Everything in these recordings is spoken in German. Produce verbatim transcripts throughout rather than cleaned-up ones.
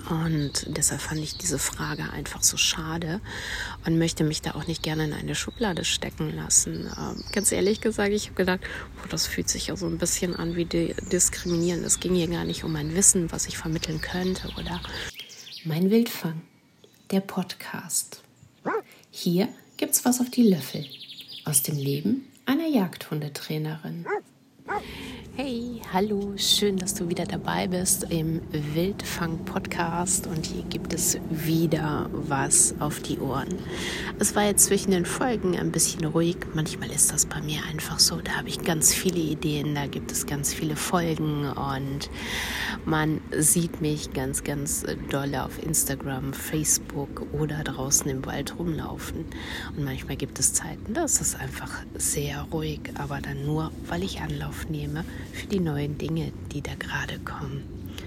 Und deshalb fand ich diese Frage einfach so schade und möchte mich da auch nicht gerne in eine Schublade stecken lassen. Ähm, ganz ehrlich gesagt, ich habe gedacht, oh, das fühlt sich ja so ein bisschen an wie di- diskriminieren. Es ging hier gar nicht um mein Wissen, was ich vermitteln könnte, oder? Mein Wildfang, der Podcast. Hier gibt's was auf die Löffel aus dem Leben einer Jagdhundetrainerin. Hey, hallo, schön, dass du wieder dabei bist im Wildfang-Podcast und hier gibt es wieder was auf die Ohren. Es war jetzt zwischen den Folgen ein bisschen ruhig, manchmal ist das bei mir einfach so, da habe ich ganz viele Ideen, da gibt es ganz viele Folgen und man sieht mich ganz, ganz doll auf Instagram, Facebook oder draußen im Wald rumlaufen und manchmal gibt es Zeiten, da ist es einfach sehr ruhig, aber dann nur, weil ich Anlauf nehme für die neuen Dinge, die da gerade kommen.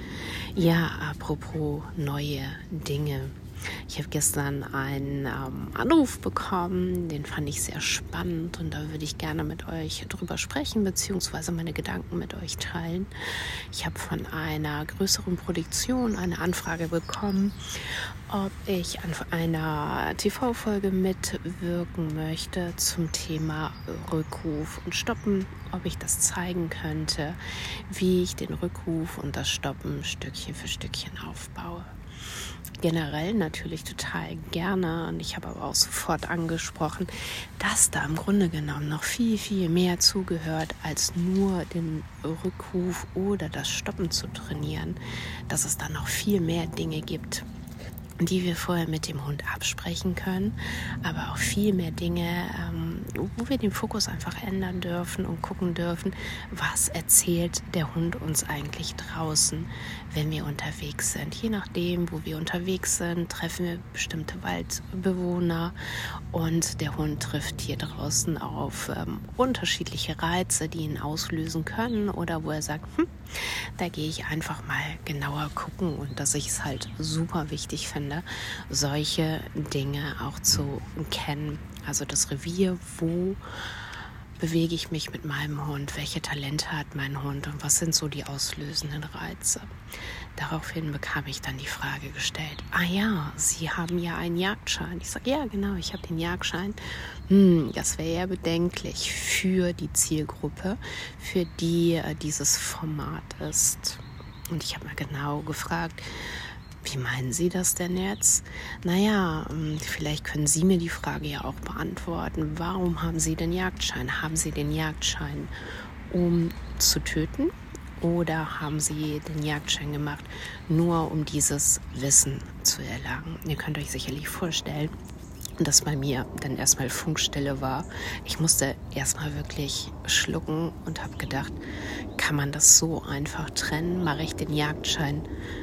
Ja, apropos neue Dinge. Ich habe gestern einen ähm, Anruf bekommen, den fand ich sehr spannend und da würde ich gerne mit euch drüber sprechen, beziehungsweise meine Gedanken mit euch teilen. Ich habe von einer größeren Produktion eine Anfrage bekommen, ob ich an einer T V-Folge mitwirken möchte zum Thema Rückruf und Stoppen, ob ich das zeigen könnte, wie ich den Rückruf und das Stoppen Stückchen für Stückchen aufbaue. Generell natürlich total gerne und ich habe aber auch sofort angesprochen, dass da im Grunde genommen noch viel, viel mehr zugehört, als nur den Rückruf oder das Stoppen zu trainieren, dass es da noch viel mehr Dinge gibt, die wir vorher mit dem Hund absprechen können, aber auch viel mehr Dinge, ähm, wo wir den Fokus einfach ändern dürfen und gucken dürfen, was erzählt der Hund uns eigentlich draußen, wenn wir unterwegs sind. Je nachdem, wo wir unterwegs sind, treffen wir bestimmte Waldbewohner und der Hund trifft hier draußen auf ähm, unterschiedliche Reize, die ihn auslösen können oder wo er sagt, hm, da gehe ich einfach mal genauer gucken und dass ich es halt super wichtig finde, solche Dinge auch zu kennen. Also das Revier, wo bewege ich mich mit meinem Hund, welche Talente hat mein Hund und was sind so die auslösenden Reize. Daraufhin bekam ich dann die Frage gestellt, ah ja, Sie haben ja einen Jagdschein. Ich sage, ja genau, ich habe den Jagdschein. Hm, das wäre ja bedenklich für die Zielgruppe, für die äh, dieses Format ist. Und ich habe mal genau gefragt, wie meinen Sie das denn jetzt? Naja, vielleicht können Sie mir die Frage ja auch beantworten. Warum haben Sie den Jagdschein? Haben Sie den Jagdschein, um zu töten? Oder haben Sie den Jagdschein gemacht, nur um dieses Wissen zu erlangen? Ihr könnt euch sicherlich vorstellen, dass bei mir dann erstmal Funkstille war. Ich musste erstmal wirklich schlucken und habe gedacht, kann man das so einfach trennen? Mache ich den Jagdschein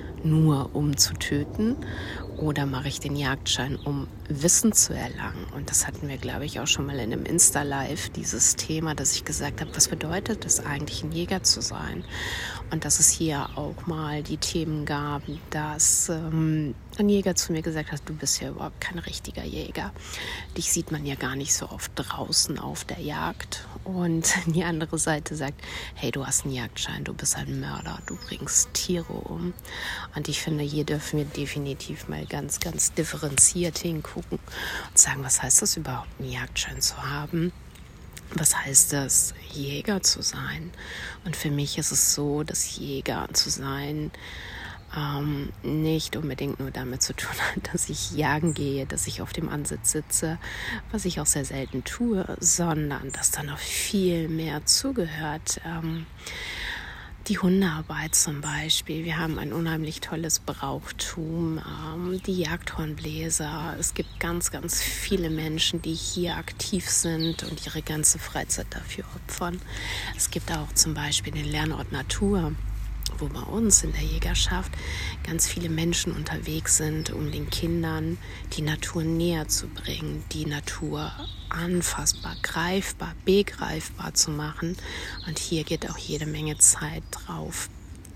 nur um zu töten oder mache ich den Jagdschein, um Wissen zu erlangen? Und das hatten wir, glaube ich, auch schon mal in einem Insta-Live, dieses Thema, dass ich gesagt habe, was bedeutet es eigentlich, ein Jäger zu sein? Und dass es hier auch mal die Themen gab, dass ähm, ein Jäger zu mir gesagt hat, du bist ja überhaupt kein richtiger Jäger. Dich sieht man ja gar nicht so oft draußen auf der Jagd. Und die andere Seite sagt, hey, du hast einen Jagdschein, du bist ein Mörder, du bringst Tiere um. Und ich finde, hier dürfen wir definitiv mal ganz, ganz differenziert hingucken und sagen, was heißt das überhaupt, einen Jagdschein zu haben? Was heißt das, Jäger zu sein? Und für mich ist es so, dass Jäger zu sein ähm, nicht unbedingt nur damit zu tun hat, dass ich jagen gehe, dass ich auf dem Ansitz sitze, was ich auch sehr selten tue, sondern dass da noch viel mehr zugehört. Ähm, Die Hundearbeit zum Beispiel. Wir haben ein unheimlich tolles Brauchtum, ähm, die Jagdhornbläser. Es gibt ganz, ganz viele Menschen, die hier aktiv sind und ihre ganze Freizeit dafür opfern. Es gibt auch zum Beispiel den Lernort Natur, wo bei uns in der Jägerschaft ganz viele Menschen unterwegs sind, um den Kindern die Natur näher zu bringen, die Natur anfassbar, greifbar, begreifbar zu machen. Und hier geht auch jede Menge Zeit drauf.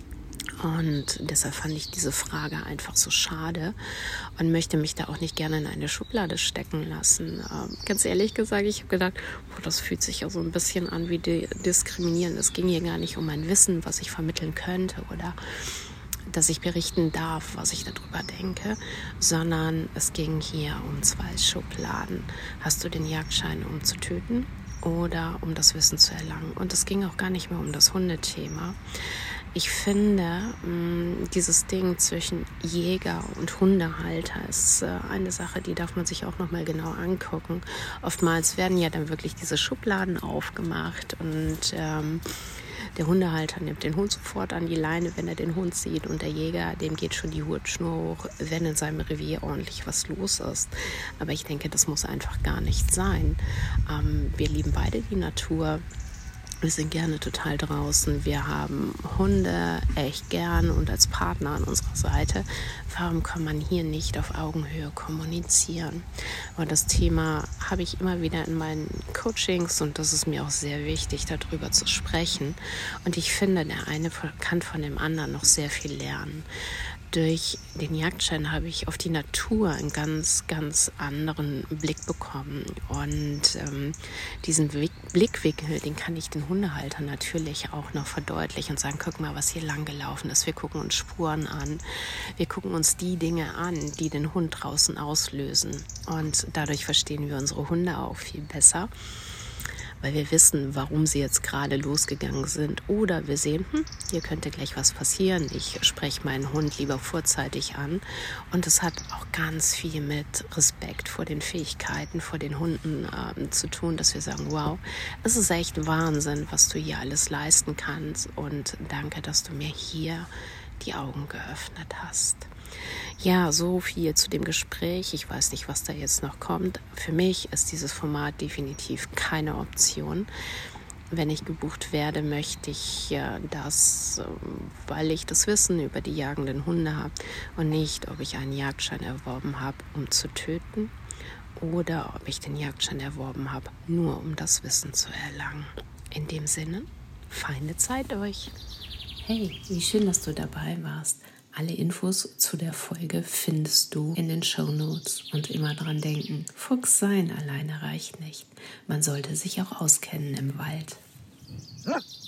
Und deshalb fand ich diese Frage einfach so schade und möchte mich da auch nicht gerne in eine Schublade stecken lassen. Ähm, ganz ehrlich gesagt, ich habe gedacht, oh, das fühlt sich ja so ein bisschen an wie diskriminieren. Es ging hier gar nicht um mein Wissen, was ich vermitteln könnte oder dass ich berichten darf, was ich darüber denke, sondern es ging hier um zwei Schubladen. Hast du den Jagdschein, um zu töten oder um das Wissen zu erlangen? Und es ging auch gar nicht mehr um das Hundethema. Ich finde, dieses Ding zwischen Jäger und Hundehalter ist eine Sache, die darf man sich auch nochmal genau angucken. Oftmals werden ja dann wirklich diese Schubladen aufgemacht und ähm, der Hundehalter nimmt den Hund sofort an die Leine, wenn er den Hund sieht, und der Jäger, dem geht schon die Hutschnur hoch, wenn in seinem Revier ordentlich was los ist. Aber ich denke, das muss einfach gar nicht sein. Ähm, wir lieben beide die Natur. Wir sind gerne total draußen. Wir haben Hunde echt gern und als Partner an unserer Seite. Warum kann man hier nicht auf Augenhöhe kommunizieren? Und das Thema habe ich immer wieder in meinen Coachings und das ist mir auch sehr wichtig, darüber zu sprechen. Und ich finde, der eine kann von dem anderen noch sehr viel lernen. Durch den Jagdschein habe ich auf die Natur einen ganz, ganz anderen Blick bekommen. Und ähm, diesen Weg, Blickwinkel, den kann ich den Hundehaltern natürlich auch noch verdeutlichen und sagen, guck mal, was hier lang gelaufen ist. Wir gucken uns Spuren an. Wir gucken uns die Dinge an, die den Hund draußen auslösen. Und dadurch verstehen wir unsere Hunde auch viel besser, weil wir wissen, warum sie jetzt gerade losgegangen sind. Oder wir sehen, hm, hier könnte gleich was passieren. Ich spreche meinen Hund lieber vorzeitig an. Und das hat auch ganz viel mit Respekt vor den Fähigkeiten, vor den Hunden ähm, zu tun, dass wir sagen, wow, es ist echt Wahnsinn, was du hier alles leisten kannst. Und danke, dass du mir hier die Augen geöffnet hast. Ja, so viel zu dem Gespräch. Ich weiß nicht, was da jetzt noch kommt. Für mich ist dieses Format definitiv keine Option. Wenn ich gebucht werde, möchte ich ja das, weil ich das Wissen über die jagenden Hunde habe und nicht, ob ich einen Jagdschein erworben habe, um zu töten oder ob ich den Jagdschein erworben habe, nur um das Wissen zu erlangen. In dem Sinne, feine Zeit euch. Hey, wie schön, dass du dabei warst. Alle Infos zu der Folge findest du in den Shownotes. Und immer dran denken, Fuchs sein alleine reicht nicht. Man sollte sich auch auskennen im Wald.